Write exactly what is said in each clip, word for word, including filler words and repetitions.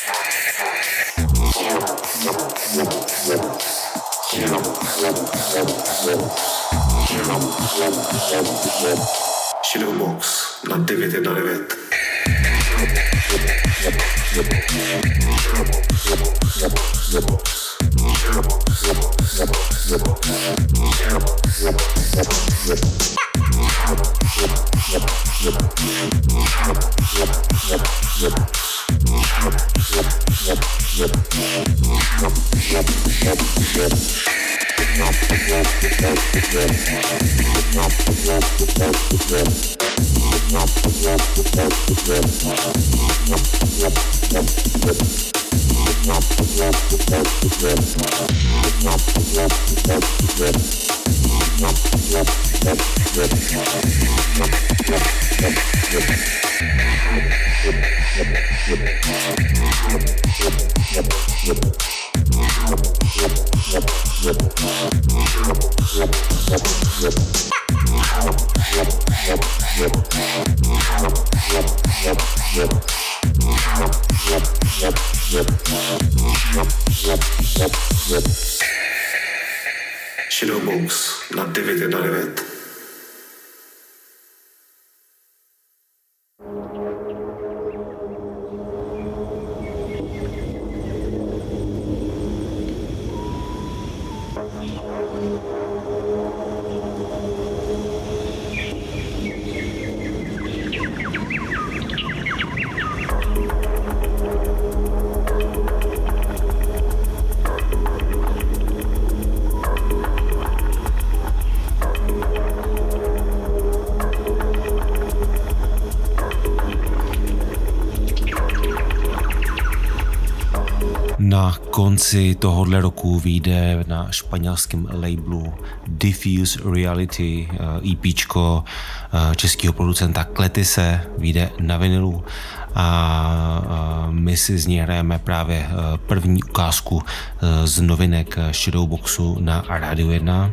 Shadowbox na devět jedna devět. Shadowbox na devět jedna devět. Na konci tohohle roku vyjde na španělském labelu Diffuse Reality EPčko českého producenta Kletise, vyjde na vinilu a my si z něj hrajeme právě první ukázku z novinek Shadowboxu na Rádiu jedna.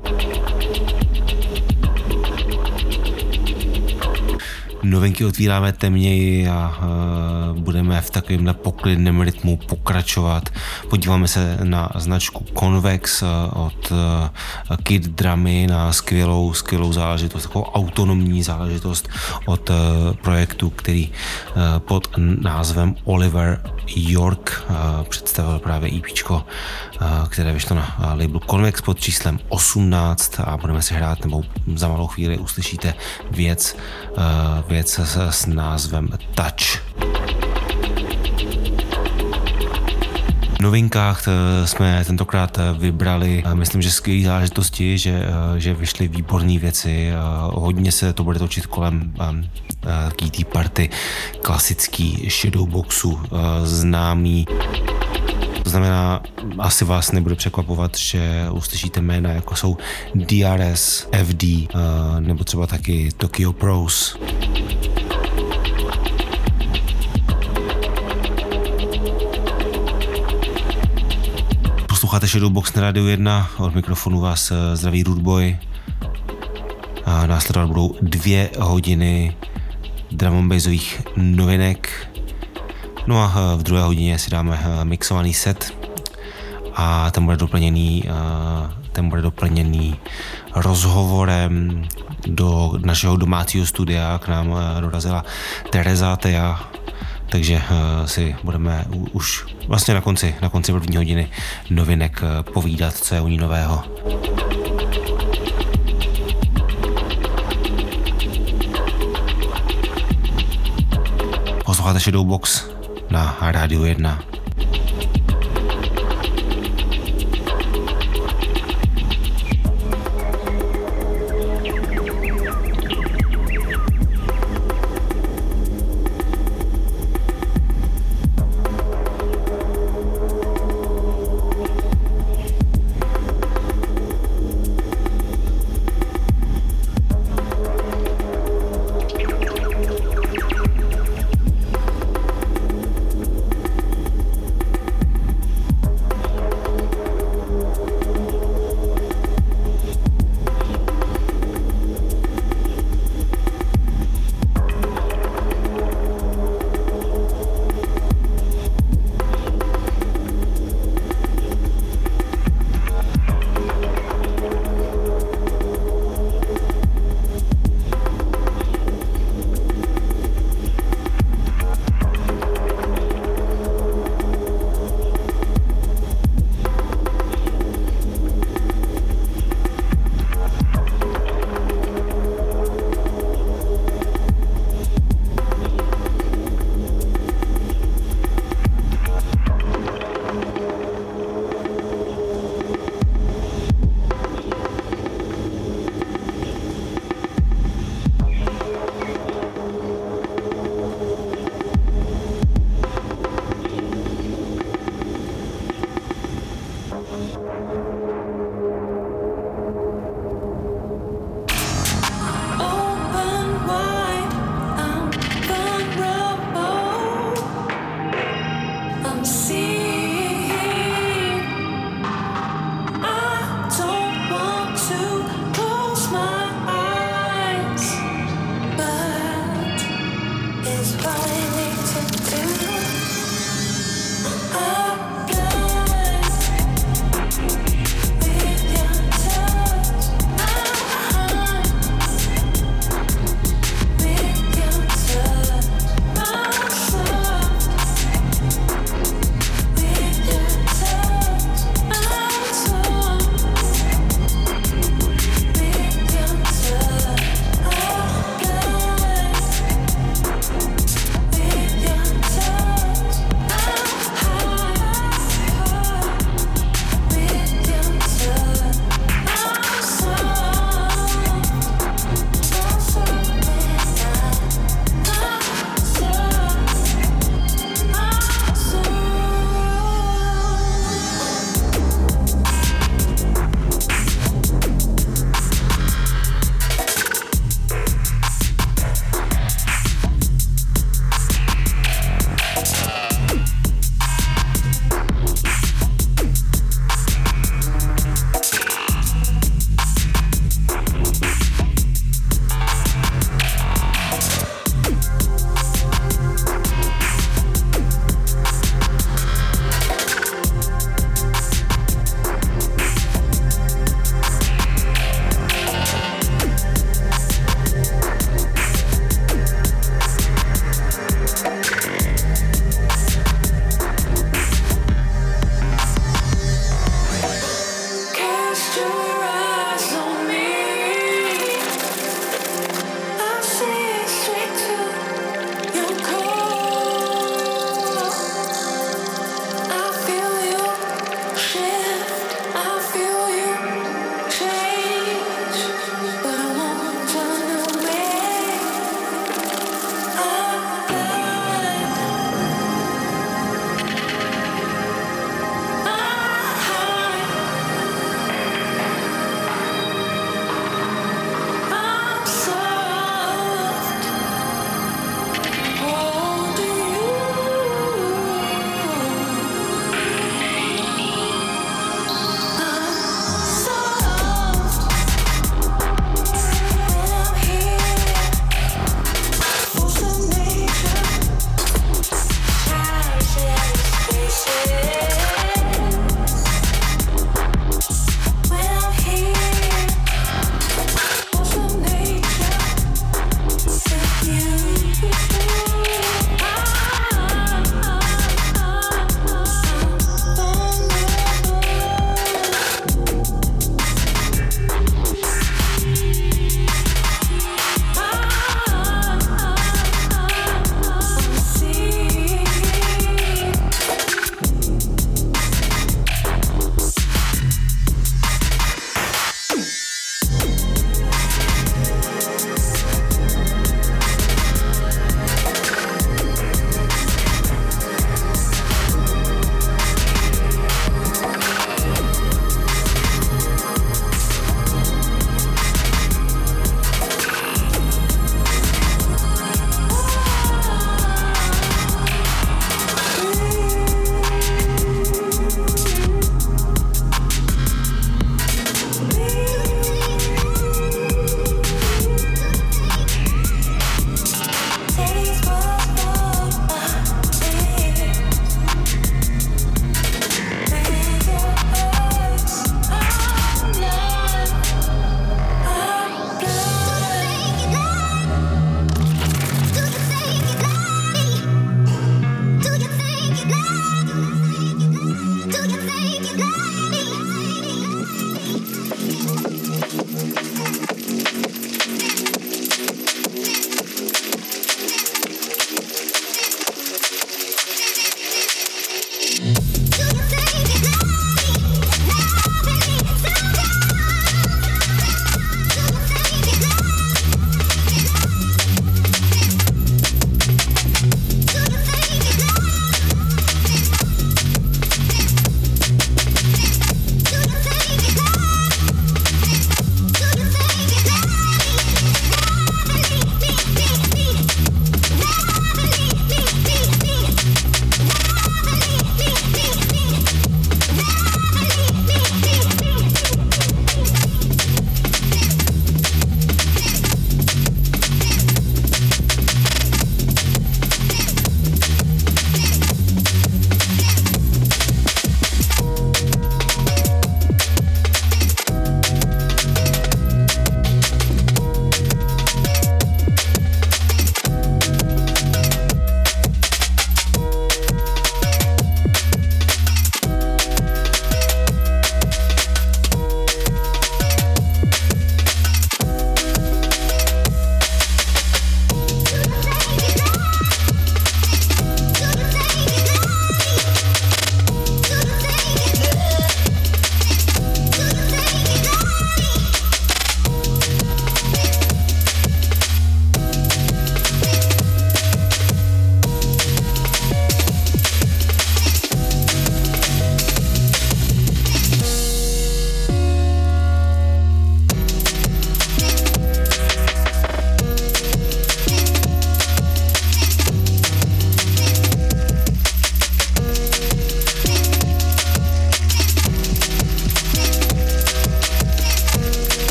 Novinky otvíráme temněji a uh, budeme v takovémhle poklidném rytmu pokračovat. Podíváme se na značku Convex uh, od uh, Kid Drumy, na skvělou, skvělou záležitost, takovou autonomní záležitost od uh, projektu, který uh, pod názvem Oliver York uh, představil právě EPčko, uh, které vyšlo na uh, labelu Convex pod číslem osmnáct a budeme si hrát, nebo za malou chvíli uslyšíte věc, uh, věc s, s názvem Touch. V novinkách jsme tentokrát vybrali, myslím, že skvělé záležitosti, že, že vyšly výborné věci. Hodně se to bude točit kolem taký tý party klasický Shadowboxu, známý. To znamená, asi vás nebude překvapovat, že uslyšíte jména, jako jsou D R S, F D nebo třeba taky Tokyo Pros. Posloucháte Shadowbox na Rádiu jedna, od mikrofonu vás zdraví Rootboy. A následovat budou dvě hodiny drum and bassových novinek. No a v druhé hodině si dáme mixovaný set a ten bude doplněný, ten bude doplněný rozhovorem do našeho domácího studia. K nám dorazila Tereza Teja, takže si budeme už vlastně na konci, na konci první hodiny novinek povídat, co je u ní nového. Posloucháte Shadowbox na Rádiu jedna.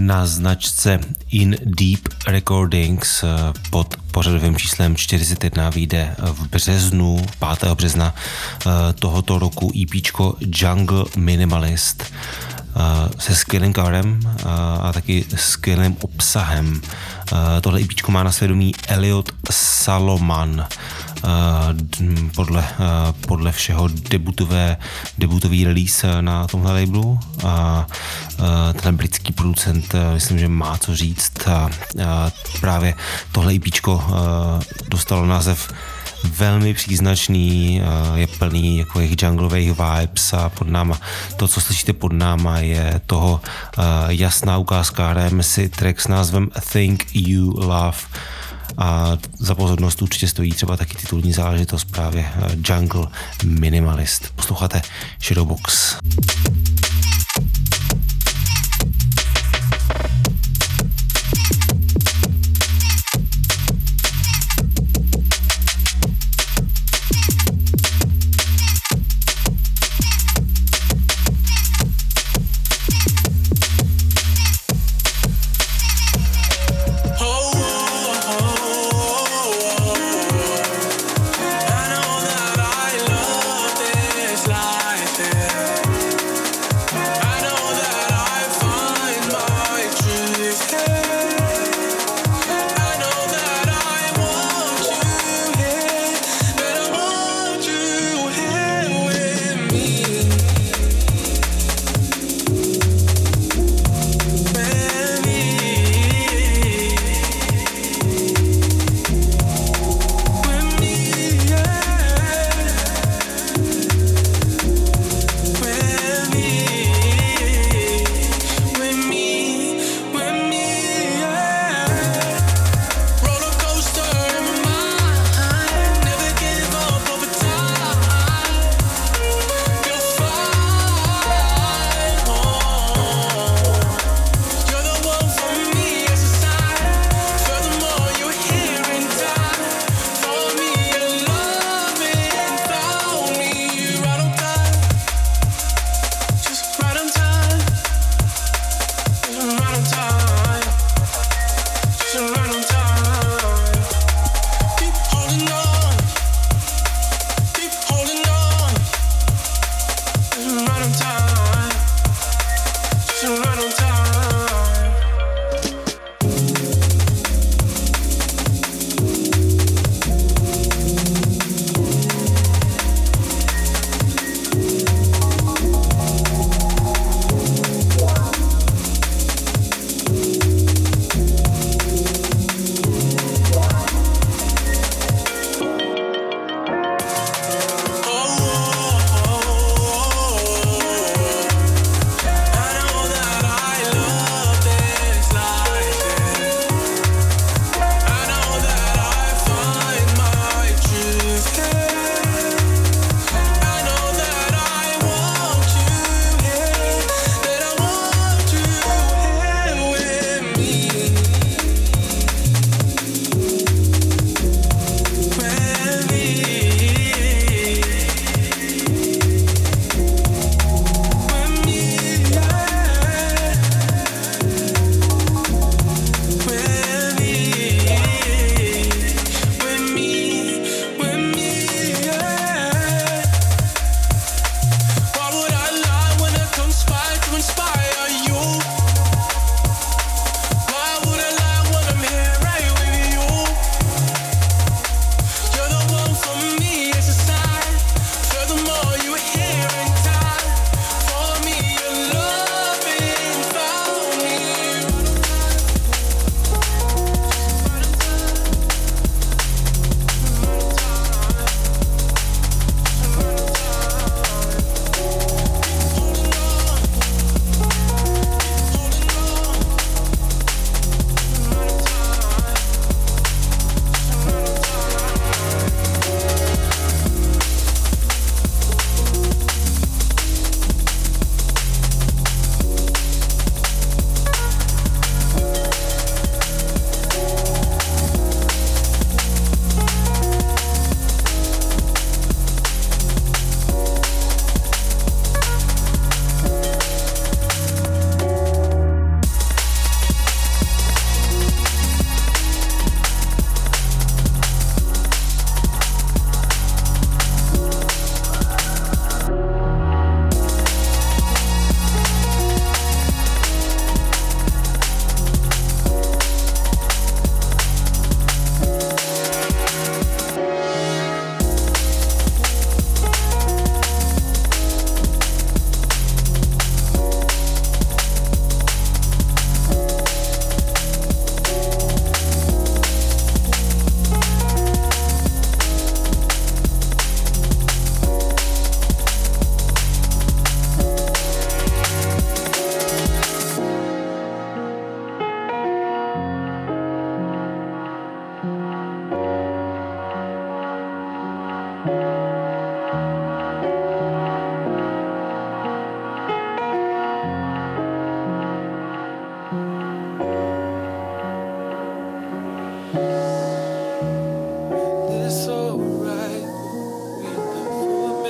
na značce In Deep Recordings pod pořadovým číslem čtyřicet jedna vyjde v březnu, pátého března tohoto roku EPčko Jungle Minimalist se skvělým coverem a taky skvělým obsahem. Tohle EPčko má na svědomí Elliot Saloman, podle, podle všeho debutové, debutový release na tomhle labelu a ten britský producent myslím, že má co říct a právě tohle EPčko dostalo název velmi příznačný, je plný jako jejich junglových vibes a pod náma, to, co slyšíte pod náma, je toho jasná ukázka. Hrajeme si track s názvem Think You Love a za pozornost určitě stojí třeba taky titulní záležitost právě Jungle Minimalist. Posloucháte Shadowbox.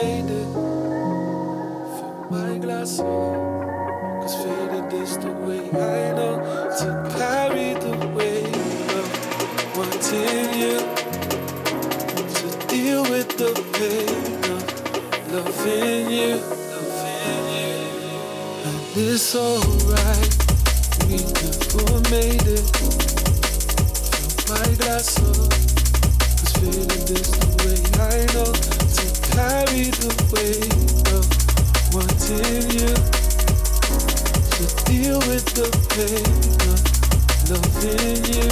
made it. Fill my glass up, cause faded is the way I know to carry the weight of wanting you, to deal with the pain of loving you, loving you. And it's alright, we never made it. Fill my glass up, cause faded is the way I know to carry the weight of wanting you, to deal with the pain of loving you.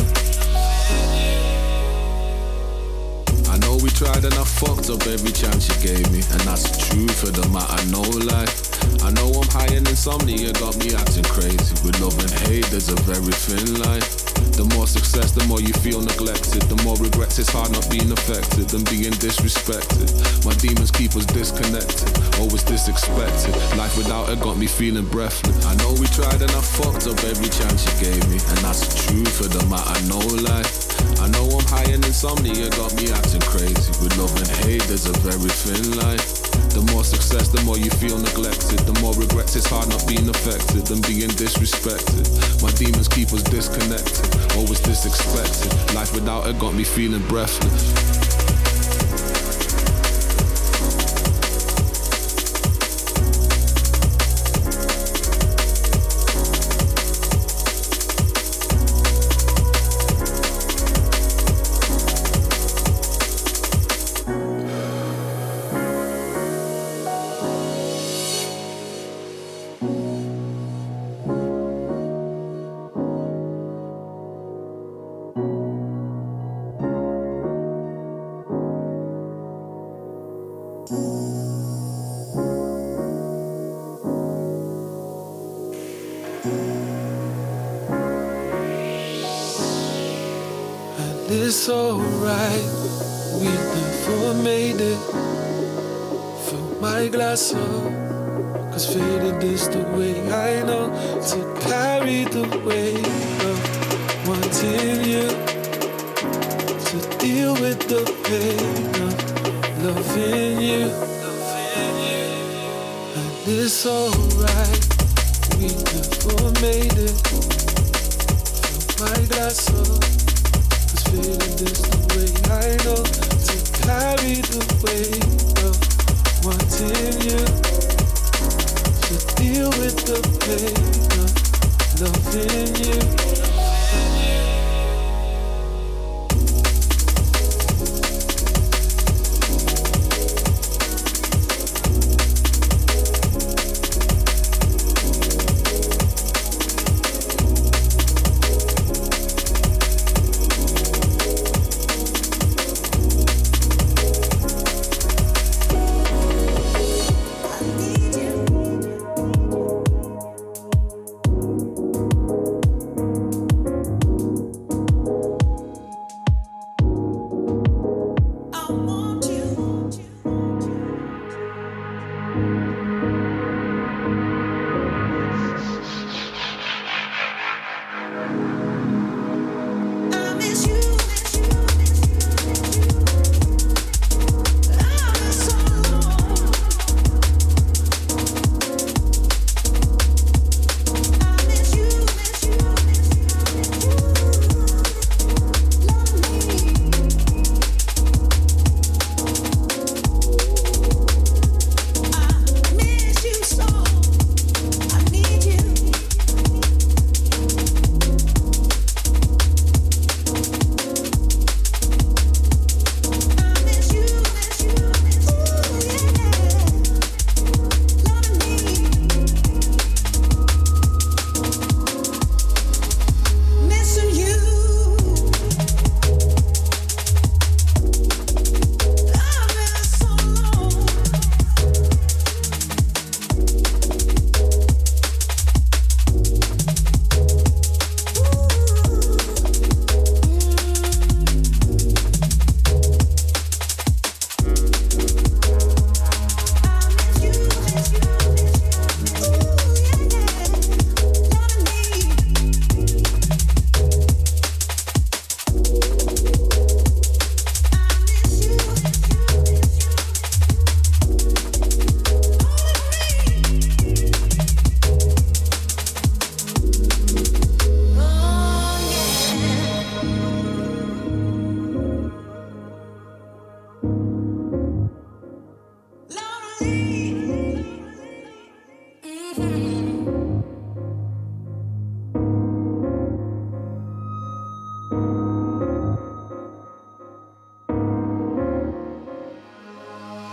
I know we tried and I fucked up every chance you gave me, and that's the truth of the matter, no lie. I know I'm high and insomnia got me acting crazy. With love and hate there's a very thin line. The more success, the more you feel neglected. The more regrets, it's hard not being affected than being disrespected. My demons keep us disconnected, always disexpected. Life without her got me feeling breathless. I know we tried and I fucked up every chance you gave me, and that's the truth of the matter, no lie. I know I'm high and insomnia got me acting crazy. With love and hate there's a very thin line. The more success, the more you feel neglected. The more regrets, it's hard not being affected than being disrespected. My demons keep us disconnected, always disexpected. Life without her got me feeling breathless. It's alright, we never made it. Fill my glass up, cause faded is the way I know to carry the weight of wanting you, to deal with the pain of loving you, loving you. And it's alright, we never made it. Fill my glass up, feeling this the way I know to carry the weight of wanting you, to deal with the pain of loving you.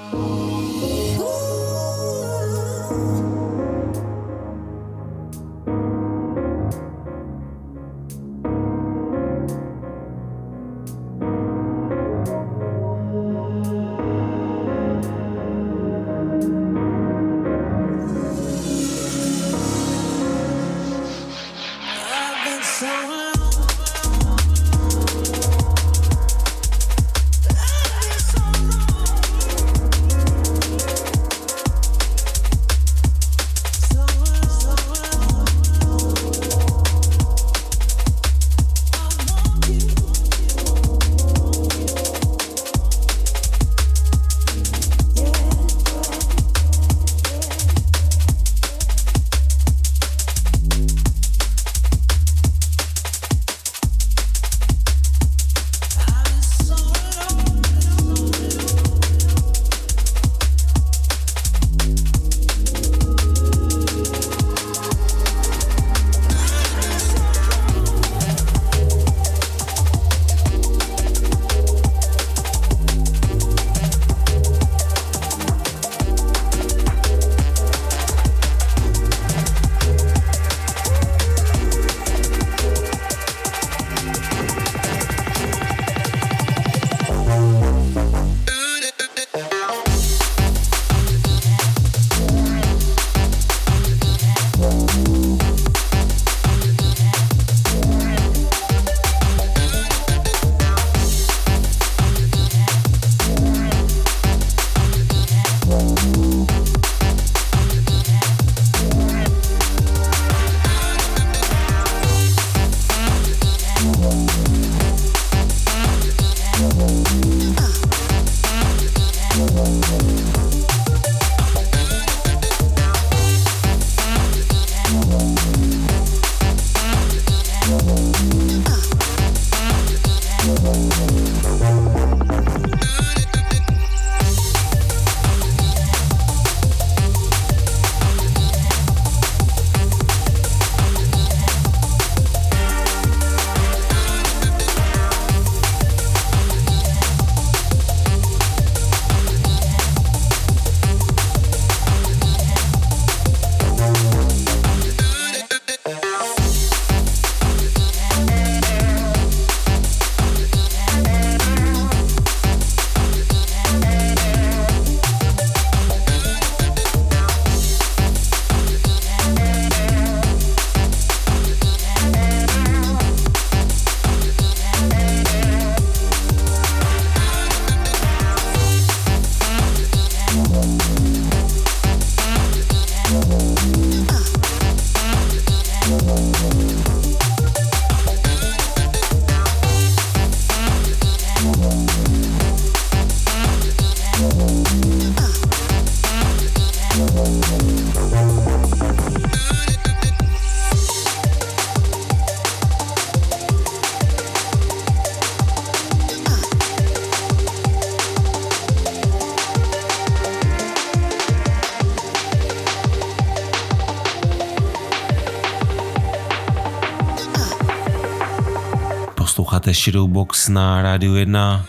Posloucháte Shadowbox na Rádiu jedna.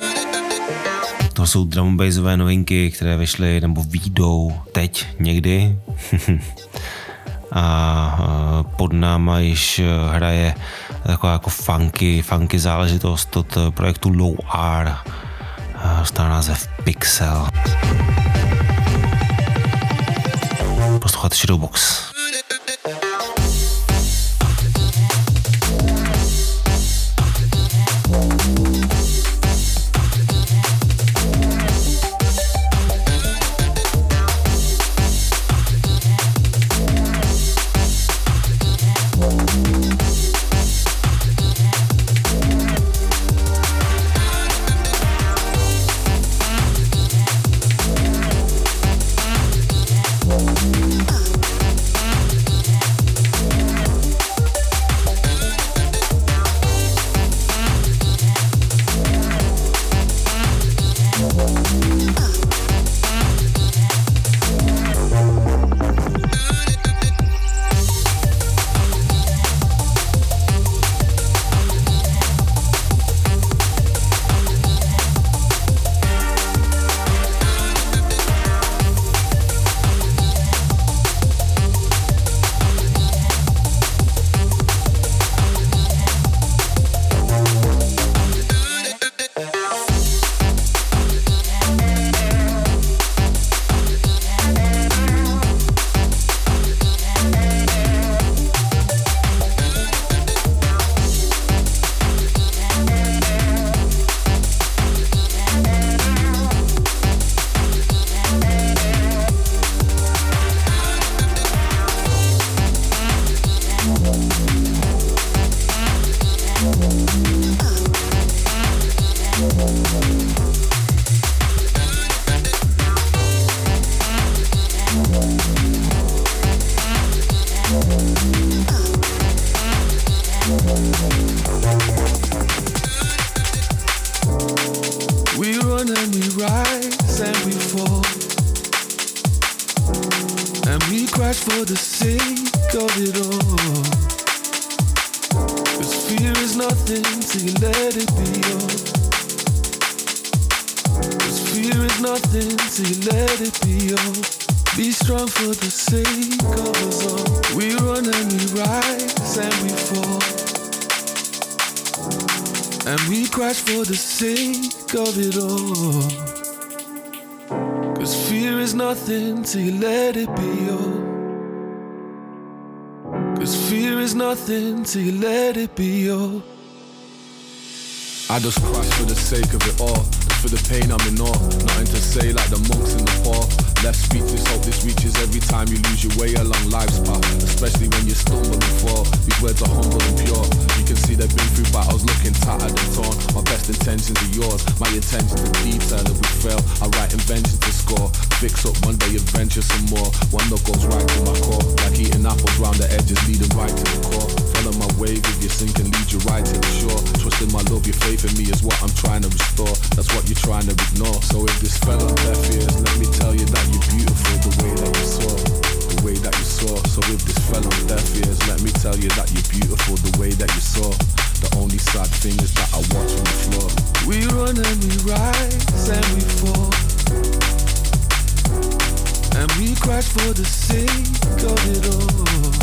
To jsou drum and bassové novinky, které vyšly nebo výjdou teď někdy. A pod náma již hraje taková jako funky, funky záležitost od projektu Low R. Dostává název Pixel. Posloucháte Shadowbox. we crash for the sake of it all. Cause fear is nothing till you let it be all. Cause fear is nothing till you let it be all. Be strong for the sake of us all. We run and we rise and we fall, and we crash for the sake of it all. Cause fear is nothing till you let it be all. Cause fear is nothing till you let it be all. I just crash for the sake of it all. For the pain I'm in awe. Nothing to say like the monks in the fall. Left speechless, hope this reaches every time you lose your way along life's path. Especially when you stumble and fall. These words are humble and pure. You can see they've been through battles looking tattered and torn. My best intentions are yours. My intention to detail. If we fail, I write inventions to score. Fix up one day, adventure some more. One that goes right to my core. Like eating apples round the edges, leading right to the core. Follow my wave if you sink and lead you right to the shore. Trust in my love, your faith in me is what I'm trying to restore. That's what you're trying to ignore. So if this fell on deaf ears, let me tell you that you're beautiful the way that you saw. The way that you saw. So if this fell on deaf ears, let me tell you that you're beautiful the way that you saw. The only sad thing is that I watch from the floor. We run and we rise and we fall, and we crash for the sake of it all.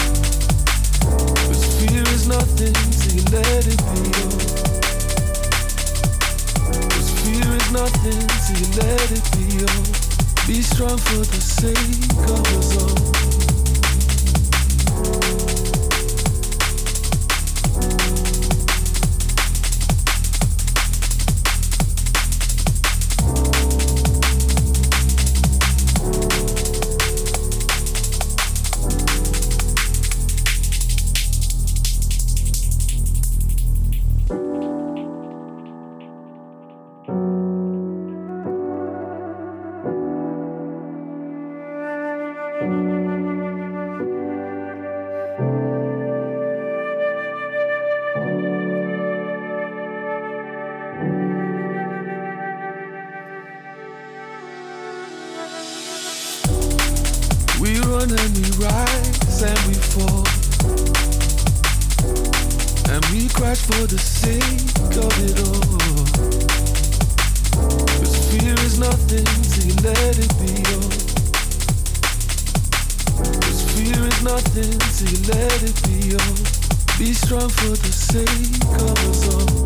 Cause fear is nothing till you let it be all. Cause fear is nothing till you let it be all. Be strong for the sake of us all. And we rise and we fall, and we crash for the sake of it all. Cause fear is nothing till you let it be all. Cause fear is nothing till you let it be all. Be strong for the sake of us all.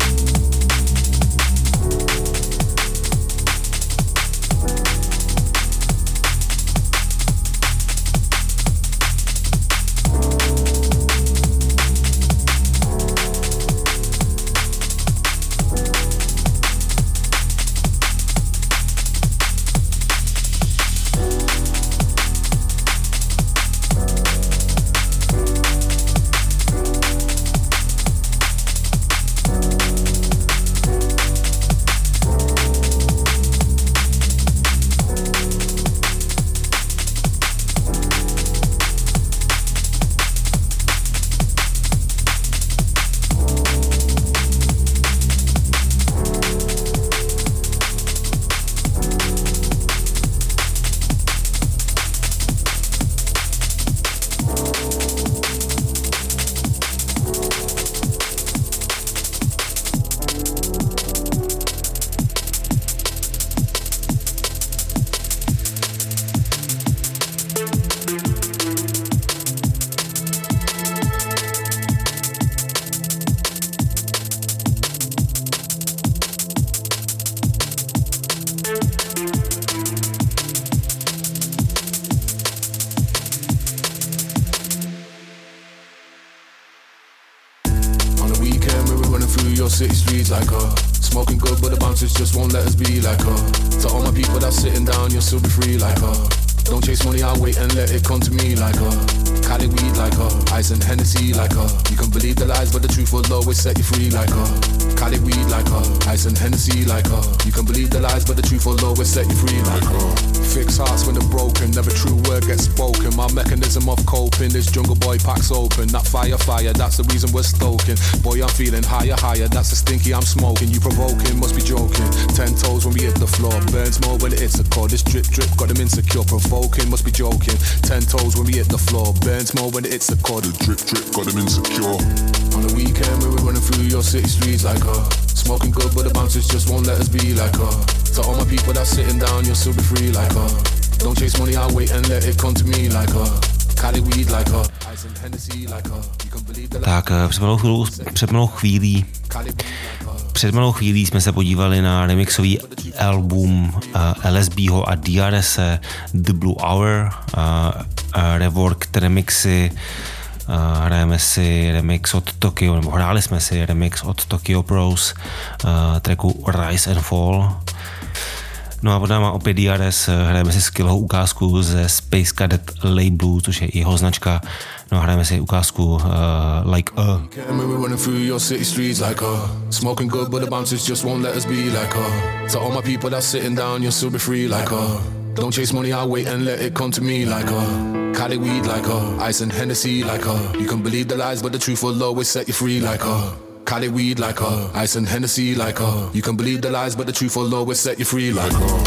City streets like her, smoking good but the bouncers just won't let us be like her. To all my people that's sitting down, you'll still be free like her. Don't chase money, I'll wait and let it come to me like her. Cali weed like her, ice and Hennessy like her. You can believe the lies but the truth will always set you free like her. Cali weed like her, ice and Hennessy like her. You can believe the lies but the truth will always set you free like her. Fix hearts when they're broken, never true word gets spoken. My mechanism of coping, this jungle boy packs open. That fire, fire, that's the reason we're stoking. Boy, I'm feeling higher, higher, that's the stinky I'm smoking. You provoking, must be joking. Ten toes when we hit the floor, burns more when it hits the core. This drip, drip, got them insecure, provoking. smoking, must be joking. Ten toes when we hit the floor, burns more when it hits the cord. The drip drip got them insecure. On the weekend we were running through your city streets like her. Smoking good but the bouncers just won't let us be like her. To all my people that's sitting down, you'll still be free like her. Don't chase money, I'll wait and let it come to me like her. Cali weed like her. Ice and Hennessy like her. You can believe the Tak před malou chvílí, před malou chvílí Před malou chvílí jsme se podívali na remixový album uh, L S B ho a D R S The Blue Hour, uh, uh, reworked remixy. Uh, hrajeme si remix od Tokyo, nebo hráli jsme si remix od Tokyo Pros uh, tracku Rise and Fall. No a pod náma opět D R S, hrajeme si skvělou ukázku ze Space Cadet labelu, což je jeho značka. No a hrajeme si ukázku uh, Like A. Smoking good but the bouncers just won't let us be like her. To all my people that's sitting down, you'll still be free like her. Don't chase money, I'll wait and let it come to me like her. Cali weed like her, ice and Hennessy like her. You can believe the lies but the truth will always set you free like her. Cali weed like her, ice and Hennessy like her. You can believe the lies but the truth will always set you free like her.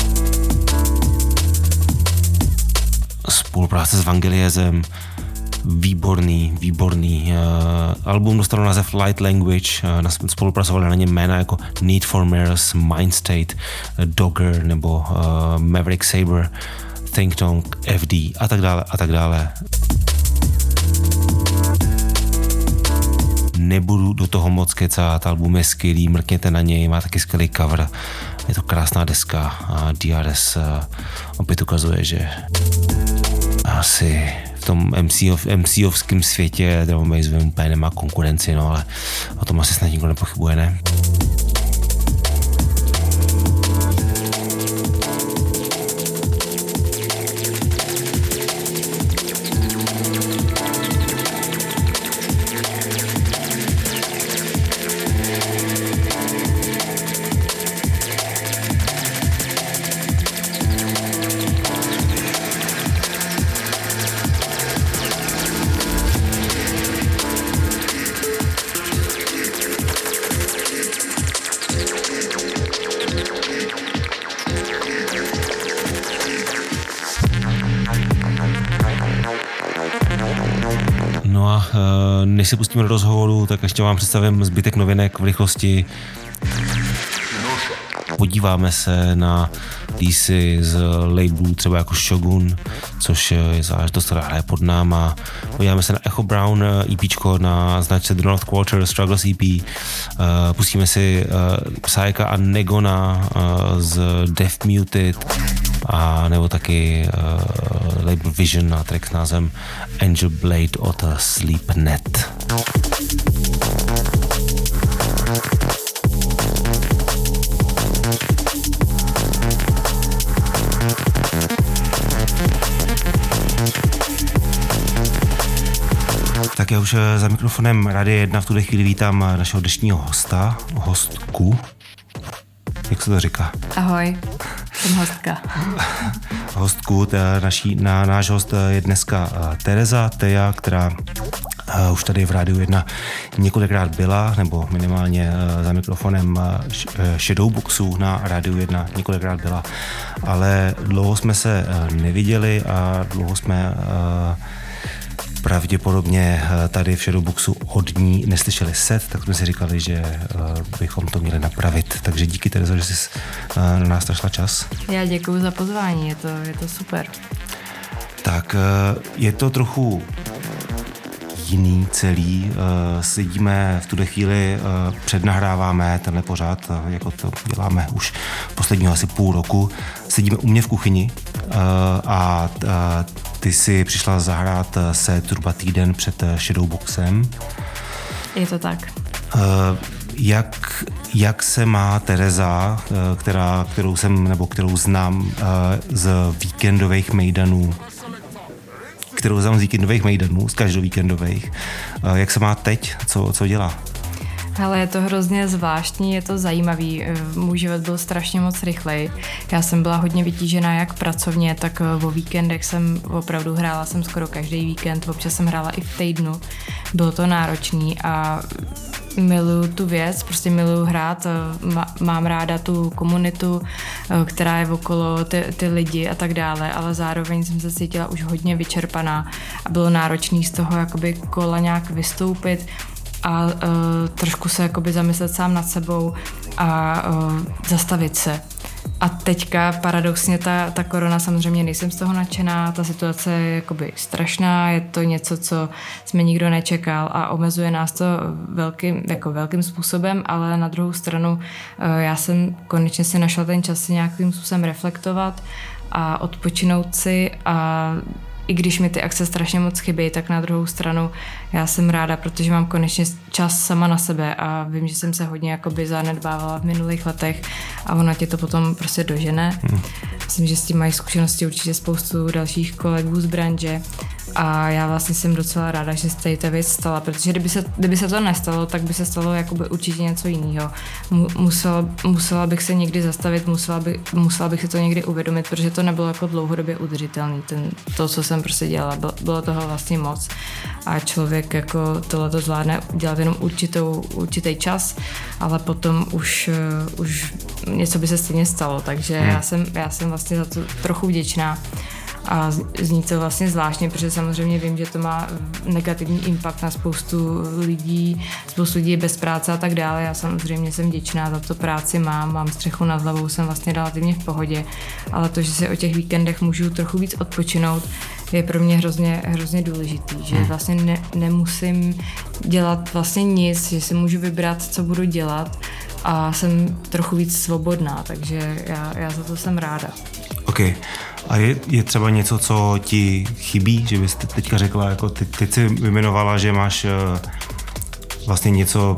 Spolupráce s Vangeliezem, výborný, výborný. Uh, album dostalo název Light Language, uh, spolupracovali na něm jména jako Need for Mirrors, Mindstate, Dogger nebo uh, Maverick Saber, Think Tank, F D a tak dále a tak dále. Nebudu do toho moc kecat, album je skvělý, mrkněte na něj, má taky skvělý cover, je to krásná deska a D R S uh, opět ukazuje, že asi v tom MCovském světě Drum and Bass úplně nemá konkurenci, no ale o tom asi snad nikdo nepochybuje, ne? Než se pustíme do rozhovoru, tak ještě vám představím zbytek novinek v rychlosti. Podíváme se na písy z labelů třeba jako Shogun, což je záležitost, která hraje pod náma. Podíváme se na Echo Brown EPčko na značce The North Quarter Struggles E P. Pustíme si Psyka a Negona z Death Muted a nebo taky uh, label Vision na track s názvem Angel Blade od Sleepnet. Tak já už za mikrofonem Rádia jedna v tuhle chvíli vítám našeho dnešního hosta, hostku. Jak se to říká? Ahoj, jsem hostka. Hostku, naší, na, náš host je dneska Tereza Teja, která uh, už tady v Rádiu jedna několikrát byla, nebo minimálně uh, za mikrofonem uh, Shadowboxu na Rádiu jedna několikrát byla, ale dlouho jsme se uh, neviděli a dlouho jsme uh, pravděpodobně tady v Shadowboxu od ní neslyšeli set, tak jsme si říkali, že uh, bychom to měli napravit. Takže díky, Terezo, že jsi uh, na nás našla čas. Já děkuju za pozvání, je to, je to super. Tak uh, je to trochu jiný celý. Uh, sedíme v tuhle chvíli, uh, přednahráváme tenhle pořád, uh, jako to děláme už posledního asi půl roku. Sedíme u mě v kuchyni uh, a uh, ty jsi přišla zahrát set zhruba týden před Shadowboxem. Je to tak. Uh, jak, jak se má Tereza, uh, která, kterou jsem, nebo kterou znám uh, z víkendových mejdanů, kterou znám z víkendových mejdanů, z každovíkendových, uh, jak se má teď, co, co dělá? Ale je to hrozně zvláštní, je to zajímavý. Můj život byl strašně moc rychlej. Já jsem byla hodně vytížená jak pracovně, tak o víkendech jsem opravdu hrála jsem skoro každý víkend, občas jsem hrála i v týdnu. Bylo to náročný a miluju tu věc, prostě miluju hrát, mám ráda tu komunitu, která je okolo, ty, ty lidi a tak dále, ale zároveň jsem se cítila už hodně vyčerpaná a bylo náročný z toho jakoby kola nějak vystoupit a uh, trošku se jakoby zamyslet sám nad sebou a uh, zastavit se. A teďka paradoxně ta, ta korona, samozřejmě nejsem z toho nadšená, ta situace je jakoby strašná, je to něco, co jsme nikdo nečekal a omezuje nás to velkým, jako velkým způsobem, ale na druhou stranu já jsem konečně si našla ten čas si nějakým způsobem reflektovat a odpočinout si a i když mi ty akce strašně moc chybí, tak na druhou stranu já jsem ráda, protože mám konečně čas sama na sebe a vím, že jsem se hodně jakoby zanedbávala v minulých letech a ono tě to potom prostě dožene. Hmm. Myslím, že s tím mají zkušenosti určitě spoustu dalších kolegů z branže a já vlastně jsem docela ráda, že se tady ta věc stala, protože kdyby se, kdyby se to nestalo, tak by se stalo jakoby určitě něco jiného. Musela, musela bych se někdy zastavit, musela, by, musela bych si to někdy uvědomit, protože to nebylo jako dlouhodobě udržitelné. To, co jsem prostě dělala, bylo, bylo toho vlastně moc a člověk jako tohleto zvládne dělat jenom určitou, určitý čas, ale potom už, už něco by se stejně stalo, takže hmm. já, jsem, já jsem vlastně za to trochu vděčná. A zní to vlastně zvláštně, protože samozřejmě vím, že to má negativní impact na spoustu lidí, spoustu lidí bez práce a tak dále. Já samozřejmě jsem vděčná za to, práci mám, mám střechu nad hlavou, jsem vlastně relativně v pohodě, ale to, že si o těch víkendech můžu trochu víc odpočinout, je pro mě hrozně, hrozně důležitý, že vlastně ne, nemusím dělat vlastně nic, že si můžu vybrat, co budu dělat a jsem trochu víc svobodná, takže já, já za to jsem ráda. OK. A je, je třeba něco, co ti chybí, že bys teďka řekla, jako teď, teď jsi vyjmenovala, že máš vlastně něco,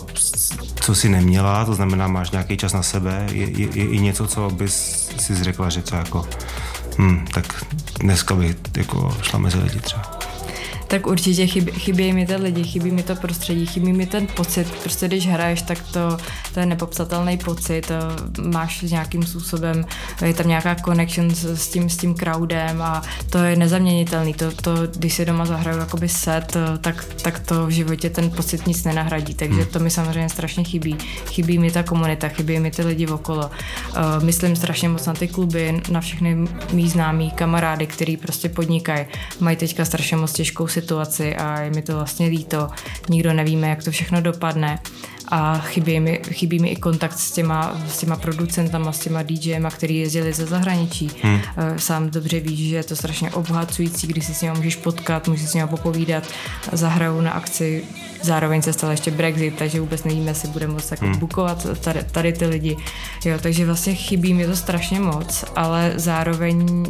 co jsi neměla, to znamená, máš nějaký čas na sebe, je, je, je i něco, co bys si řekla, že co jako, hm, tak dneska bych jako šla mezi lidi třeba. Tak určitě chybí, chybí mi ty lidi, chybí mi to prostředí, chybí mi ten pocit, prostě když hraješ, tak to, to je nepopsatelný pocit, máš nějakým způsobem, je tam nějaká connection s, s, tím, s tím crowdem a to je nezaměnitelný, to, to když si doma zahraju jakoby set, tak, tak to v životě ten pocit nic nenahradí, takže to mi samozřejmě strašně chybí, chybí mi ta komunita, chybí mi ty lidi okolo, uh, myslím strašně moc na ty kluby, na všechny mý známí kamarády, který prostě podnikají, mají teďka strašně moc těžkou situaci a je mi to vlastně líto. Nikdo nevíme, jak to všechno dopadne a chybí mi, chybí mi i kontakt s těma, s těma producentama, s těma DJema, který jezdili ze zahraničí. Hmm. Sám dobře víš, že je to strašně obohacující, když si s nimi můžeš potkat, můžeš s nimi popovídat, zahrajou na akci. Zároveň se stal ještě Brexit, takže vůbec nevíme, jestli budeme moct jako hmm. bookovat tady, tady ty lidi. Jo, takže vlastně chybí mi to strašně moc, ale zároveň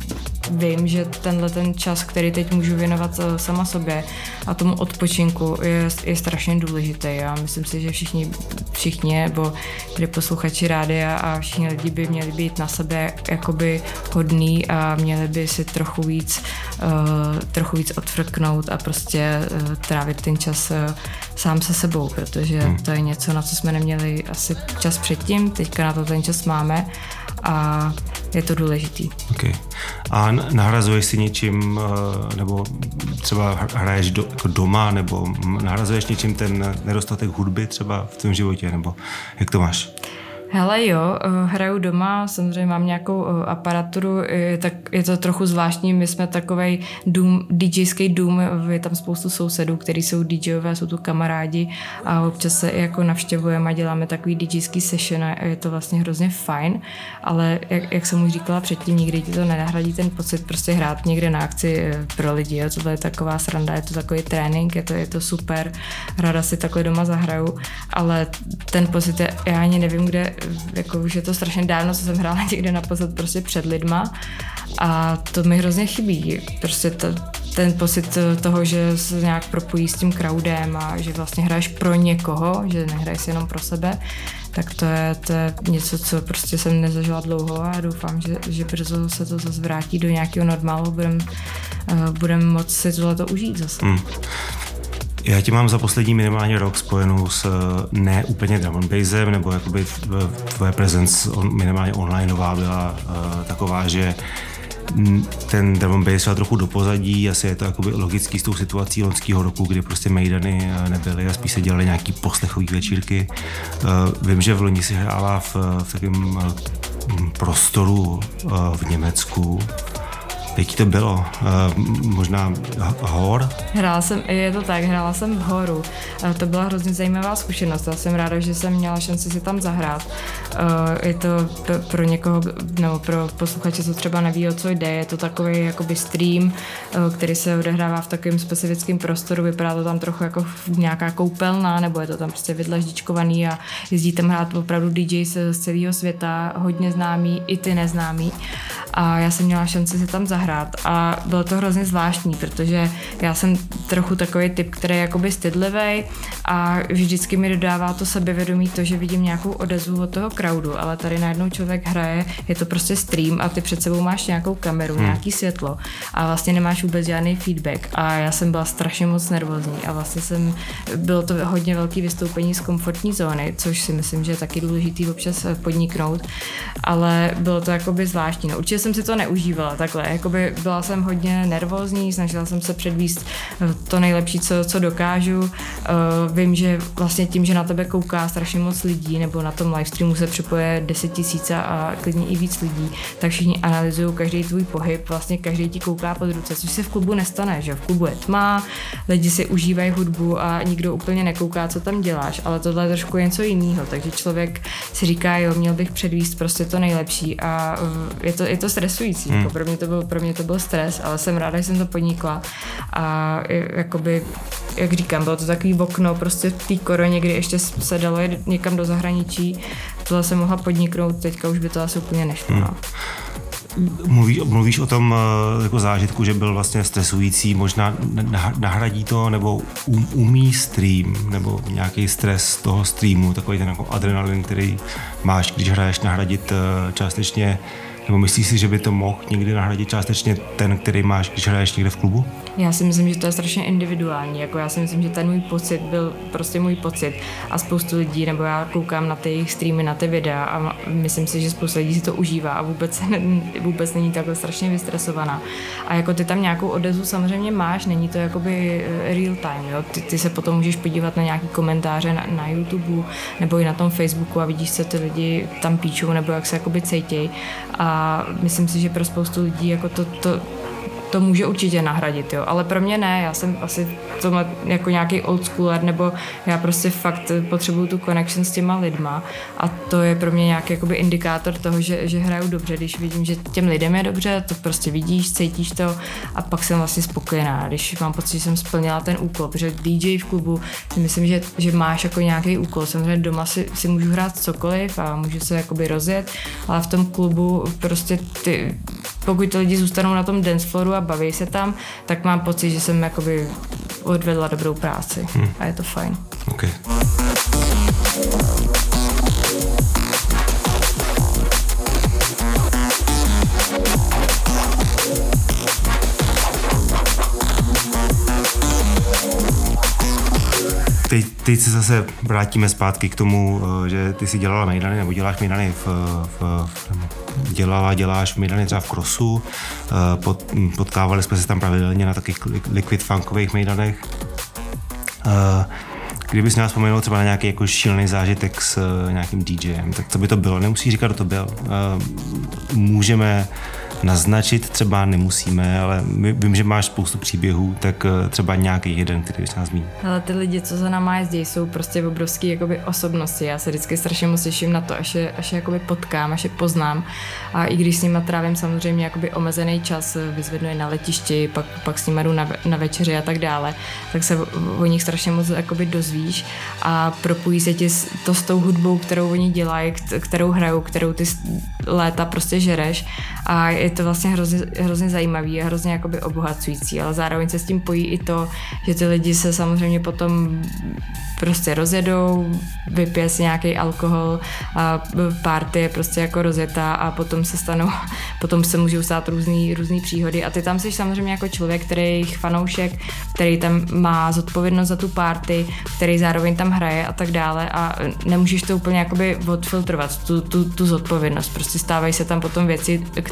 vím, že tenhle ten čas, který teď můžu věnovat sama sobě a tomu odpočinku je, je strašně důležitý. Já myslím si, že všichni, všichni nebo posluchači rádia a všichni lidi by měli být na sebe jakoby hodný a měli by si trochu víc, uh, trochu víc odfrknout a prostě uh, trávit ten čas uh, sám se sebou, protože hmm. to je něco, na co jsme neměli asi čas předtím, teďka na to ten čas máme a je to důležitý. Okay. A nahrazuješ si něčím, nebo třeba hraješ do, jako doma, nebo nahrazuješ něčím ten nedostatek hudby třeba v tvém životě, nebo jak to máš? Hele jo, hraju doma, samozřejmě mám nějakou aparaturu, je, tak je to trochu zvláštní, my jsme takovej dům, DJský dům, je tam spoustu sousedů, kteří jsou DJové, jsou tu kamarádi a občas se jako navštěvujeme a děláme takový DJský session a je to vlastně hrozně fajn, ale jak, jak jsem už říkala předtím, nikdy ti to nenahradí ten pocit prostě hrát někde na akci pro lidi, jo. Tohle je taková sranda, je to takový trénink, je to, je to super, ráda si takhle doma zahraju, ale ten pocit je, já ani nevím, kde jako už je to strašně dávno, co jsem hrála někde naposled prostě před lidma a to mi hrozně chybí. Prostě to, ten pocit toho, že se nějak propojí s tím crowdem a že vlastně hraješ pro někoho, že nehraješ jenom pro sebe, tak to je, to je něco, co prostě jsem nezažila dlouho a doufám, že, že brzo se to zase vrátí do nějakého normálu, budem, uh, budem moct si tohleto užít zase. Hmm. Já tě mám za poslední minimálně rok spojenou s ne úplně drum and bassem, nebo jakoby tvoje presence on, minimálně onlineová byla uh, taková, že ten drum and bass šel trochu do pozadí, asi je to jakoby logický s tou situací loňského roku, kdy prostě mejdany nebyly a spíš se dělaly nějaký poslechový večírky. Vím, že v loni si hrála v, v takovém prostoru v Německu. Jaký to bylo? Uh, možná hor? Hrála jsem, je to tak, hrála jsem v horu. Uh, to byla hrozně zajímavá zkušenost. Já jsem ráda, že jsem měla šanci si tam zahrát. Uh, je to p- pro někoho, nebo pro posluchače, co třeba neví, o co jde. Je to takový jakoby stream, uh, který se odehrává v takovém specifickém prostoru. Vypadá to tam trochu jako nějaká koupelna, nebo je to tam prostě vydlaždičkovaný a jezdí tam hrát opravdu D J z, z celého světa, hodně známý, i ty neznámý. A já jsem měla šanci si tam zahrát. A bylo to hrozně zvláštní, protože já jsem trochu takový typ, který je jakoby stydlivý a vždycky mi dodává to sebevědomí to, že vidím nějakou odezvu od toho crowdu, ale tady najednou člověk hraje, je to prostě stream a ty před sebou máš nějakou kameru, hmm. nějaký světlo a vlastně nemáš vůbec žádný feedback a já jsem byla strašně moc nervózní a vlastně jsem, bylo to hodně velký vystoupení z komfortní zóny, což si myslím, že je taky důležitý občas podniknout, ale bylo to jakoby zvláštní. No, určitě jsem si to neužívala takhle, jakoby byla jsem hodně nervózní, snažila jsem se předvíst to nejlepší, co, co dokážu. Uh, vím, že vlastně tím, že na tebe kouká strašně moc lidí, nebo na tom livestreamu se připoje deset tisíc a klidně i víc lidí, tak všichni analyzují každý tvůj pohyb, vlastně každý ti kouká pod ruce, což se v klubu nestane, že v klubu je tma, lidi si užívají hudbu a nikdo úplně nekouká, co tam děláš, ale tohle je trošku něco jiného, takže člověk si říká, jo, měl bych předvíst prostě to nejlepší a je to, je to stresující, hmm. jako pro mě to bylo, pro mě to byl stres, ale jsem ráda, že jsem to podnikla a jakoby, jak říkám, bylo to takový okno prostě v té koroně, kdy ještě se dalo jít někam do zahraničí, tohle jsem mohla podniknout, teďka už by to asi úplně nešlo. Hmm. Mluví, mluvíš o tom jako zážitku, že byl vlastně stresující, možná nahradí to, nebo um, umí stream, nebo nějaký stres toho streamu, takový ten jako adrenalin, který máš, když hraješ, nahradit částečně. Nebo myslíš si, že by to mohl někdy nahradit částečně ten, který máš, když hraješ někde v klubu? Já si myslím, že to je strašně individuální. Jako já si myslím, že ten můj pocit byl prostě můj pocit. A spoustu lidí, nebo já koukám na ty jejich streamy, na ty videa a myslím si, že spoustu lidí si to užívá a vůbec, vůbec není takhle strašně vystresovaná. A jako ty tam nějakou odezvu samozřejmě máš, není to jakoby real time. Jo? Ty, ty se potom můžeš podívat na nějaký komentáře na, na YouTube nebo i na tom Facebooku a vidíš, co ty lidi tam píčou nebo jak se jakoby cítějí. A myslím si, že pro spoustu lidí jako to, to, to může určitě nahradit, jo. Ale pro mě ne, já jsem asi tomhle jako nějaký old schooler, nebo já prostě fakt potřebuju tu connection s těma lidma a to je pro mě nějaký jakoby indikátor toho, že, že hraju dobře, když vidím, že těm lidem je dobře, to prostě vidíš, cítíš to a pak jsem vlastně spokojená, když mám pocit, že jsem splnila ten úkol, protože D J v klubu si myslím, že, že máš jako nějaký úkol, samozřejmě doma si, si můžu hrát cokoliv a můžu se jakoby rozjet, ale v tom klubu prostě ty, pokud ty lidi zůstanou na tom danceflooru a baví se tam, tak mám pocit, že jsem jakoby odvedla dobrou práci hmm. a je to fajn. Okay. Teď, teď se zase vrátíme zpátky k tomu, že ty si dělala mejdany, nebo děláš mejdany v, v, v dělala, děláš mejdany třeba v crossu, pod, potkávali jsme se tam pravidelně na takových liquid funkových mejdanech. Kdybys měla vzpomenout třeba na nějaký jako šílený zážitek s nějakým DJem, tak co by to bylo? Nemusíš říkat, kdo to byl. Můžeme naznačit, třeba nemusíme, ale my, vím, že máš spoustu příběhů, tak třeba nějaký jeden, který bys nás zmínil. Ale ty lidi, co za náma jezdí, jsou prostě obrovský jakoby osobnosti. Já se vždycky strašně moc těším na to, až je, až je jakoby potkám, až je poznám. A i když s nima trávím samozřejmě jakoby omezený čas, vyzvednu je na letišti, pak, pak s nima jdu na, na večeři a tak dále, tak se o, o nich strašně moc jakoby dozvíš a propojí se ti to s tou hudbou, kterou oni dělají, kterou hrajou, kterou ty léta prostě žereš a je to vlastně hrozně, hrozně zajímavý a hrozně jakoby obohacující, ale zároveň se s tím pojí i to, že ty lidi se samozřejmě potom prostě rozjedou, vypije si nějaký alkohol a party je prostě jako rozjetá a potom se stanou, potom se můžou stát různý, různý příhody a ty tam jsi samozřejmě jako člověk, který je fanoušek, který tam má zodpovědnost za tu party, který zároveň tam hraje a tak dále a nemůžeš to úplně jakoby odfiltrovat, tu, tu, tu zodpovědnost. Prostě stávají se tam potom věci, které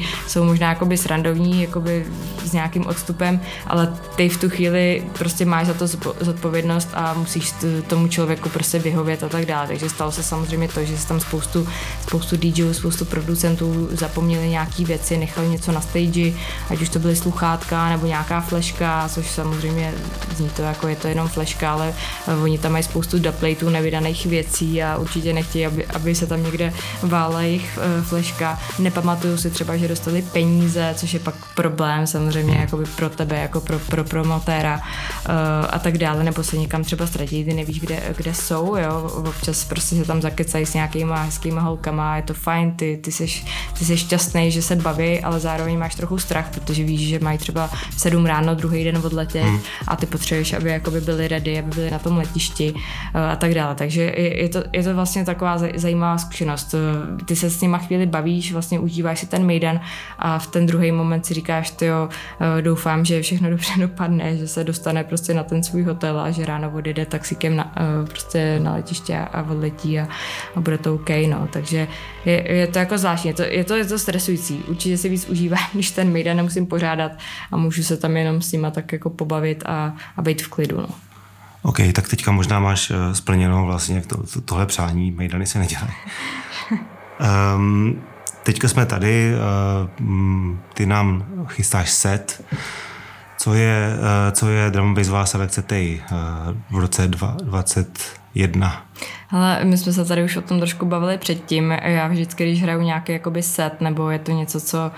jsou možná jakoby srandovní, jakoby s nějakým odstupem, ale ty v tu chvíli prostě máš za to zodpovědnost a musíš tomu člověku prostě vyhovět a tak dále. Takže stalo se samozřejmě to, že se tam spoustu, spoustu dý džejů, spoustu producentů zapomněli nějaký věci, nechali něco na stage, ať už to byly sluchátka nebo nějaká fleška, což samozřejmě zní to jako je to jenom fleška, ale oni tam mají spoustu dubplateů, nevydaných věcí a určitě nechtějí, aby, aby se tam někde vála jejich fleška. Nepamatuju si třeba, že dostali peníze, což je pak problém samozřejmě jakoby pro tebe, jako pro, pro promotéra a tak dále, nebo se někam třeba ztratí, ty nevíš, kde, kde jsou, jo, občas prostě se tam zakecají s nějakýma hezkýma holkama, je to fajn, ty, ty, jsi, ty jsi šťastný, že se baví, ale zároveň máš trochu strach, protože víš, že mají třeba v sedm ráno druhý den odletět hmm. a ty potřebuješ, aby jakoby byli ready, aby byli na tom letišti a tak dále, takže je, je, to, je to vlastně taková zajímavá zkušenost. Ty se s nima chvíli bavíš, vlastně užíváš si ten mejdan a v ten druhý moment si říkáš, tyjo, doufám, že všechno dobře dopadne, že se dostane prostě na ten svůj hotel a že ráno odjede taxikem na, prostě na letiště a odletí a, a bude to OK, no, takže je, je to jako zvláštní, je to, je, to, je to stresující, určitě si víc užívám, když ten mejdan nemusím pořádat a můžu se tam jenom s nima tak jako pobavit a, a být v klidu, no. OK, tak teďka možná máš splněno vlastně to, to, tohle přání, mejdany se nedělají. um, teďka jsme tady, uh, ty nám chystáš set, co je, uh, co je drum bassová selekce tej uh, v roce dvacet jedna. Ale my jsme se tady už o tom trošku bavili předtím. Já vždycky, když hraju nějaký jakoby set, nebo je to něco, co,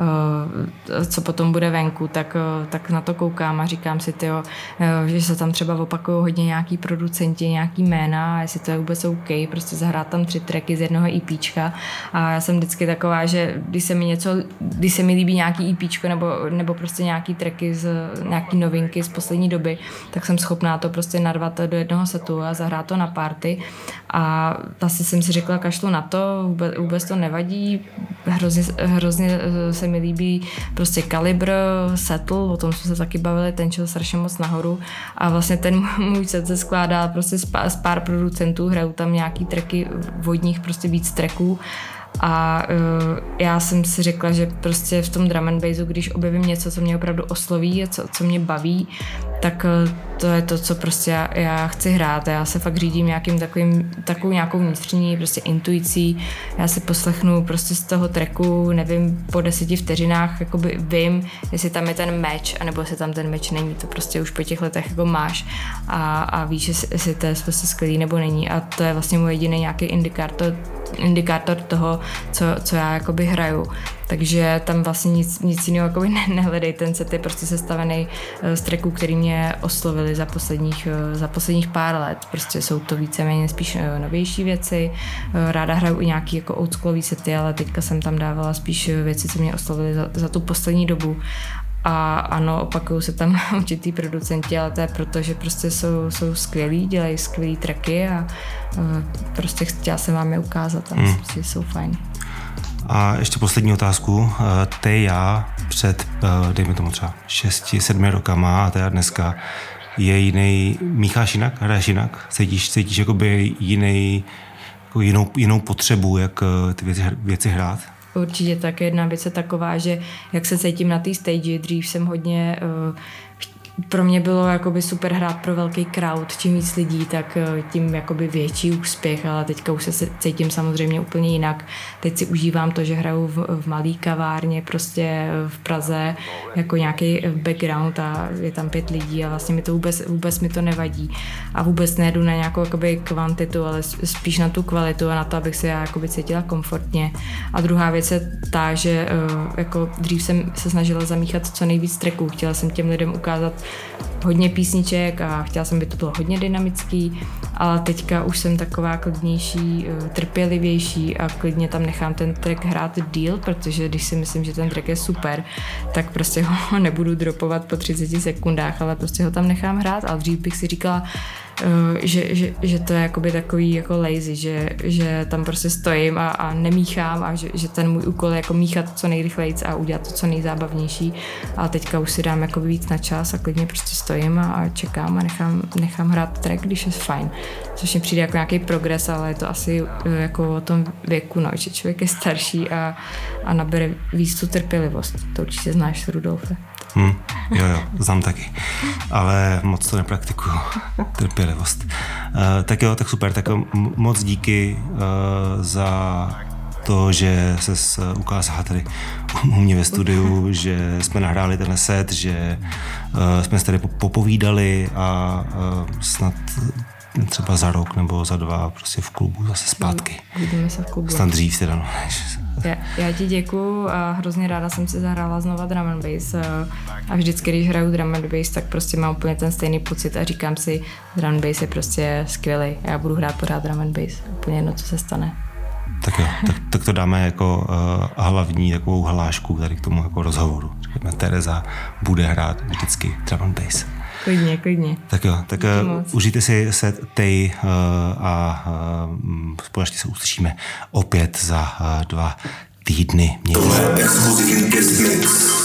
uh, co potom bude venku, tak, uh, tak na to koukám a říkám si, tyjo, uh, že se tam třeba opakují hodně nějaký producenti, nějaký jména, a jestli to je vůbec OK, prostě zahrát tam tři tracky z jednoho EPčka. A já jsem vždycky taková, že když se mi něco, když se mi líbí nějaký EPčko nebo, nebo prostě nějaký tracky z nějaký novinky z poslední doby, tak jsem schopná to prostě narvat do jednoho setu a zahrát to na party. A asi jsem si řekla, kašlu na to, vůbec, vůbec to nevadí, hrozně, hrozně se mi líbí prostě Kalibr, Settle, o tom jsme se taky bavili, ten šel strašně moc nahoru a vlastně ten můj set se skládá prostě z pár, z pár producentů, hrajou tam nějaký tracky vodních, prostě víc tracků. A uh, já jsem si řekla, že prostě v tom drum and bassu, když objevím něco, co mě opravdu osloví a co, co mě baví, tak uh, to je to, co prostě já, já chci hrát. Já se fakt řídím nějakým takovým, takovou nějakou vnitřní prostě intuicí. Já si poslechnu prostě z toho tracku, nevím, po deseti vteřinách jakoby vím, jestli tam je ten match, anebo jestli tam ten match není. To prostě už po těch letech jako máš a, a víš, jestli to je prostě skvělý nebo není. A to je vlastně můj jediný nějaký indikátor, indikátor toho, co, co já jakoby hraju. Takže tam vlastně nic, nic jiného jakoby ne, nehledej. Ten set je prostě sestavený z tracků, který mě oslovili za posledních, za posledních pár let. Prostě jsou to víceméně spíš novější věci. Ráda hraju i nějaký jako oldschoolový sety, ale teďka jsem tam dávala spíš věci, co mě oslovily za, za tu poslední dobu. A ano, opakují se tam určitý producenti, ale to je proto, že prostě jsou, jsou skvělí, dělají skvělý tracky a prostě chtěla jsem vám je ukázat a myslím si, že jsou fajn. A ještě poslední otázku. Ty já před, dejme tomu třeba šesti, sedmi rokama a teda dneska je jiný, mícháš jinak, hraješ jinak? Cítíš, cítíš jakoby jiný, jako jinou, jinou potřebu, jak ty věci, věci hrát? Určitě tak. Jedna věc je taková, že jak se cítím na té stage, dřív jsem hodně uh, pro mě bylo jakoby super hrát pro velký crowd, čím víc lidí, tak tím jakoby větší úspěch, ale teďka už se cítím samozřejmě úplně jinak. Teď si užívám to, že hraju v, v malý kavárně prostě v Praze jako nějaký background a je tam pět lidí a vlastně mi to vůbec, vůbec mi to nevadí a vůbec nejdu na nějakou jakoby kvantitu, ale spíš na tu kvalitu a na to, abych se já jakoby cítila komfortně. A druhá věc je ta, že jako dřív jsem se snažila zamíchat co nejvíc tracků, chtěla jsem těm lidem ukázat hodně písniček a chtěla jsem, aby to bylo hodně dynamický, ale teďka už jsem taková klidnější, trpělivější a klidně tam nechám ten track hrát díl, protože když si myslím, že ten track je super, tak prostě ho nebudu dropovat po třiceti sekundách, ale prostě ho tam nechám hrát a dřív bych si říkala, že, že, že to je jakoby takový jako lazy, že, že tam prostě stojím a, a nemíchám a že, že ten můj úkol je jako míchat co nejrychlejc a udělat to co nejzábavnější. A teďka už si dám jako víc na čas a klidně prostě stojím a, a čekám a nechám, nechám hrát track, když je fajn. Což mi přijde jako nějaký progres, ale je to asi jako o tom věku, no, že člověk je starší a, a nabere víc tu trpělivost. To určitě znáš, Rudolfe. Hmm, jo, jo, znám taky, ale moc to nepraktikuju, trpělivost. Uh, tak jo, tak super, tak m- moc díky uh, za to, že ses ukázala tady u mě ve studiu, že jsme nahráli tenhle set, že uh, jsme se tady popovídali a uh, snad třeba za rok nebo za dva prostě v klubu zase zpátky. Vidíme se v klubu. Snad dřív teda, no. Já, já ti děkuju a hrozně ráda jsem si zahrála znova drum and bass a vždycky, když hraju drum and bass, tak prostě mám úplně ten stejný pocit a říkám si, drum and bass je prostě skvělý. Já budu hrát pořád drum and bass, úplně jedno, co se stane. Tak jo, tak, tak to dáme jako uh, hlavní takovou hlášku tady k tomu jako rozhovoru. Říkáme, Tereza bude hrát vždycky drum and bass. Klidně, klidně. Tak jo, tak uh, užijte si set tej uh, a uh, společně se uslyšíme opět za uh, dva týdny. Mějte se.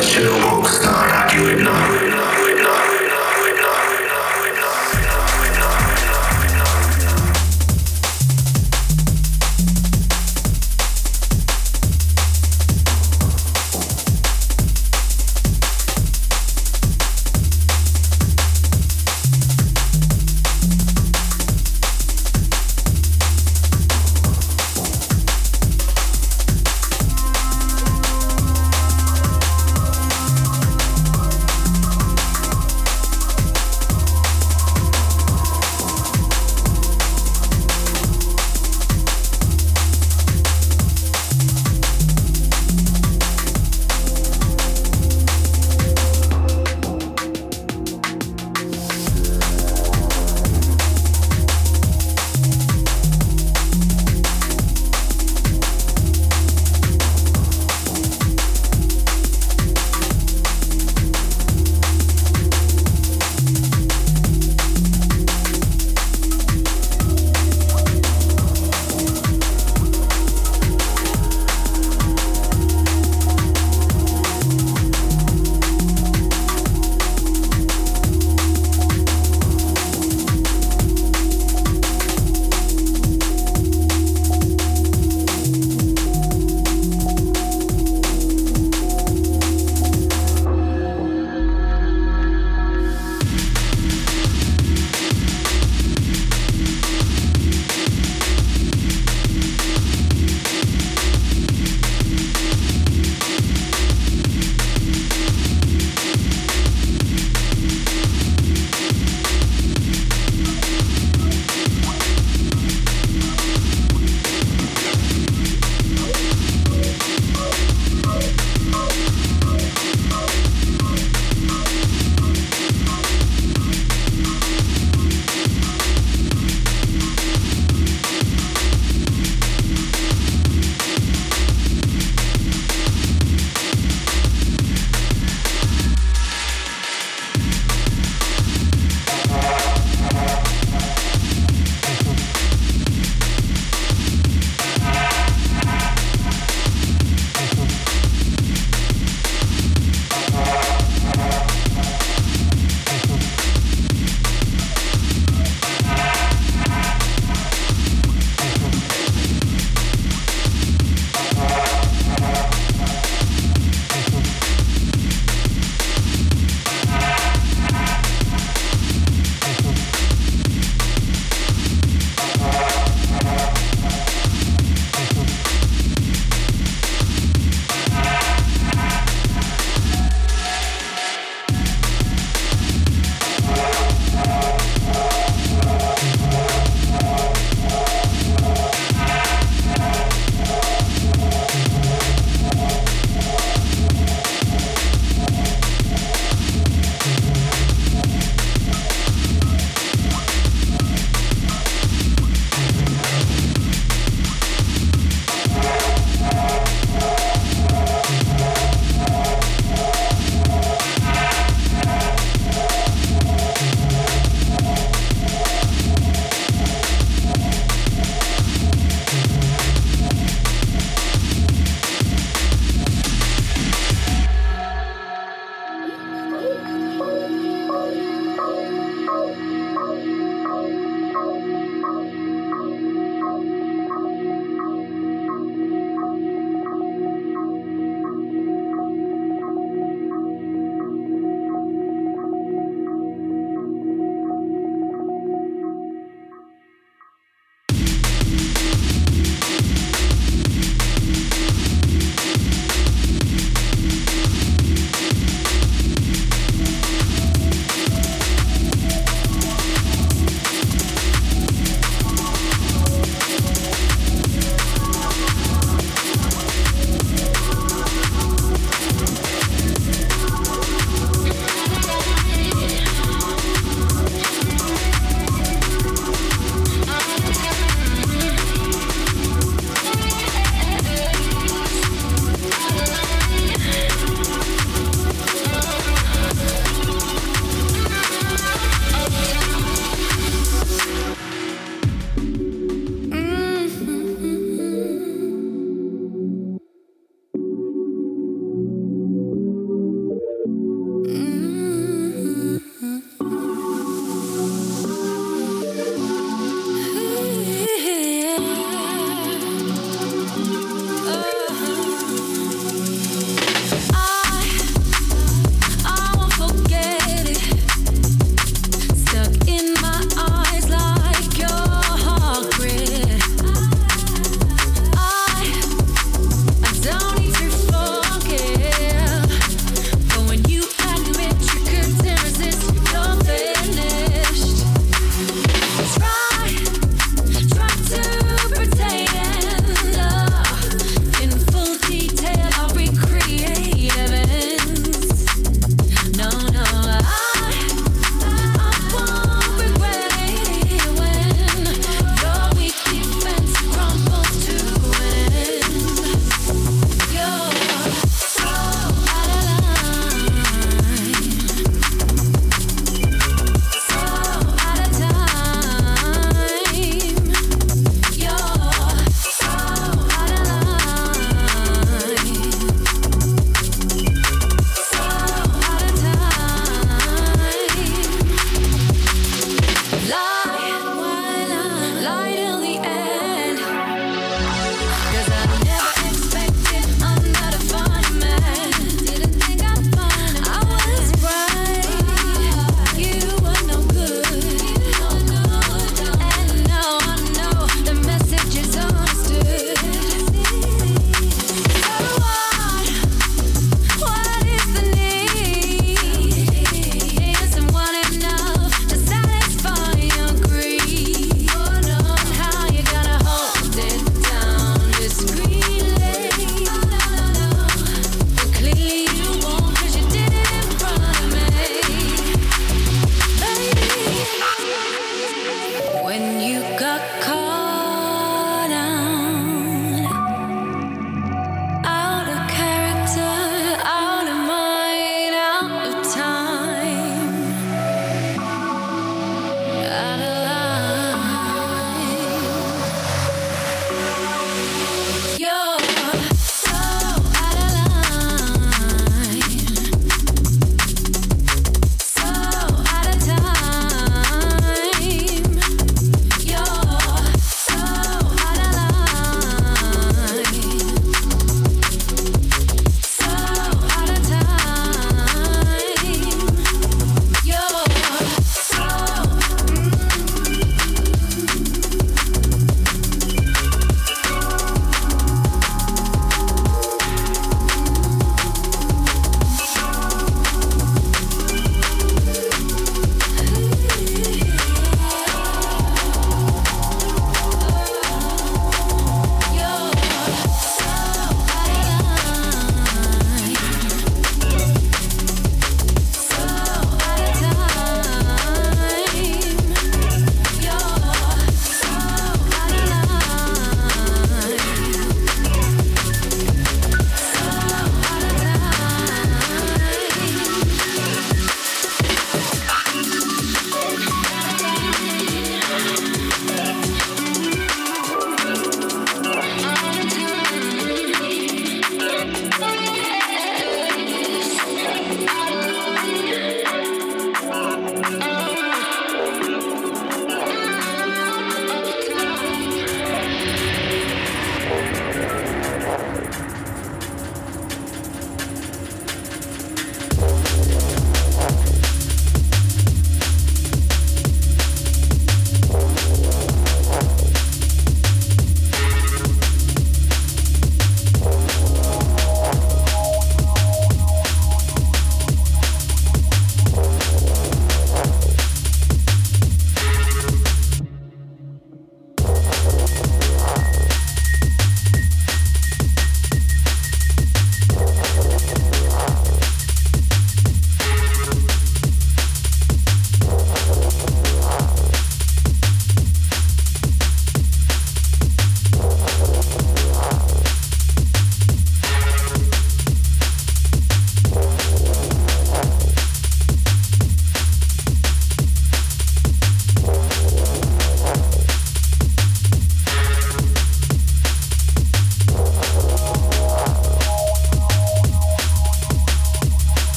Shadowbox na Rádiu jedna.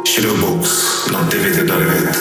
Shadowbox na devět jedna devět.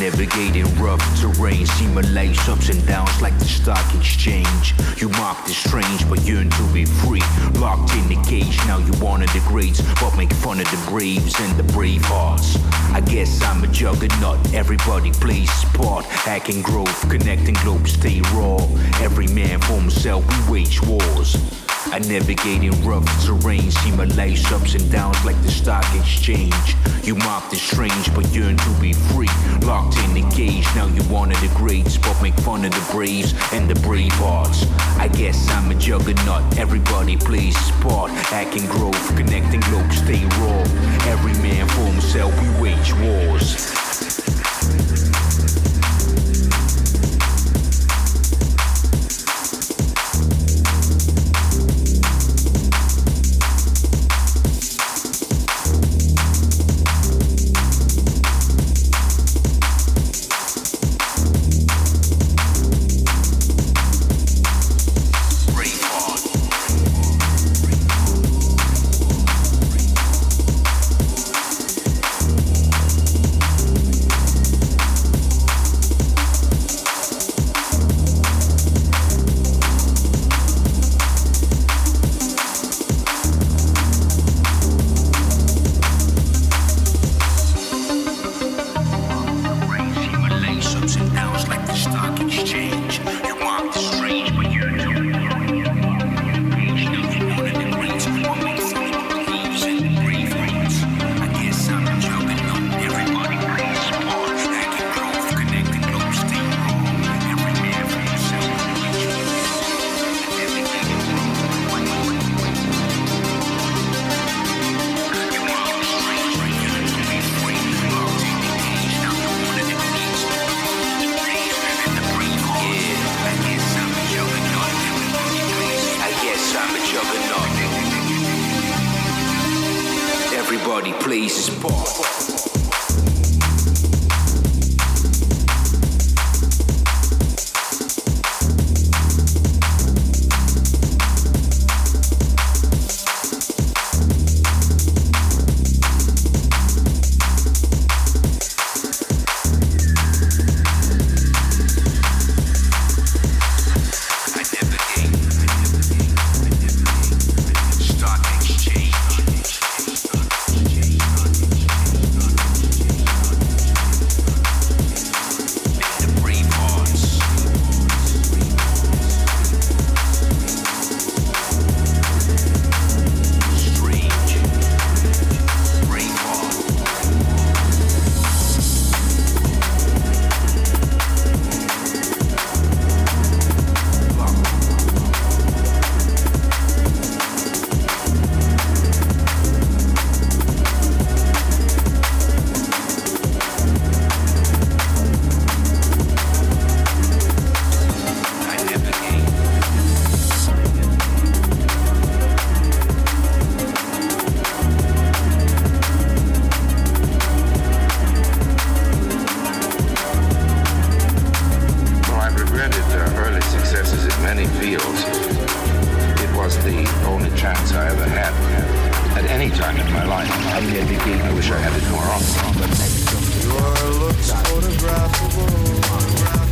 navigating rough terrain, see my life's ups and downs like the stock exchange. You mock the strange, but yearn to be free. Locked in the cage, now you one of the greats, but make fun of the braves and the brave hearts. I guess I'm a juggernaut, everybody plays sport. Hacking growth, connecting globes, stay raw. Every man for himself, we wage wars. I navigate in rough terrain, see my life's ups and downs like the stock exchange. You mock the strange, but yearn to be free. Locked in the cage, now you one of the greats, but make fun of the braves and the brave hearts. I guess I'm a juggernaut, everybody plays sport. Hacking growth, connecting globes, stay raw. Every man for himself, we wage wars. Everybody plays his part. Chance I ever had at any time in my life. I mean, I wish I had it more often. But your looks photographable.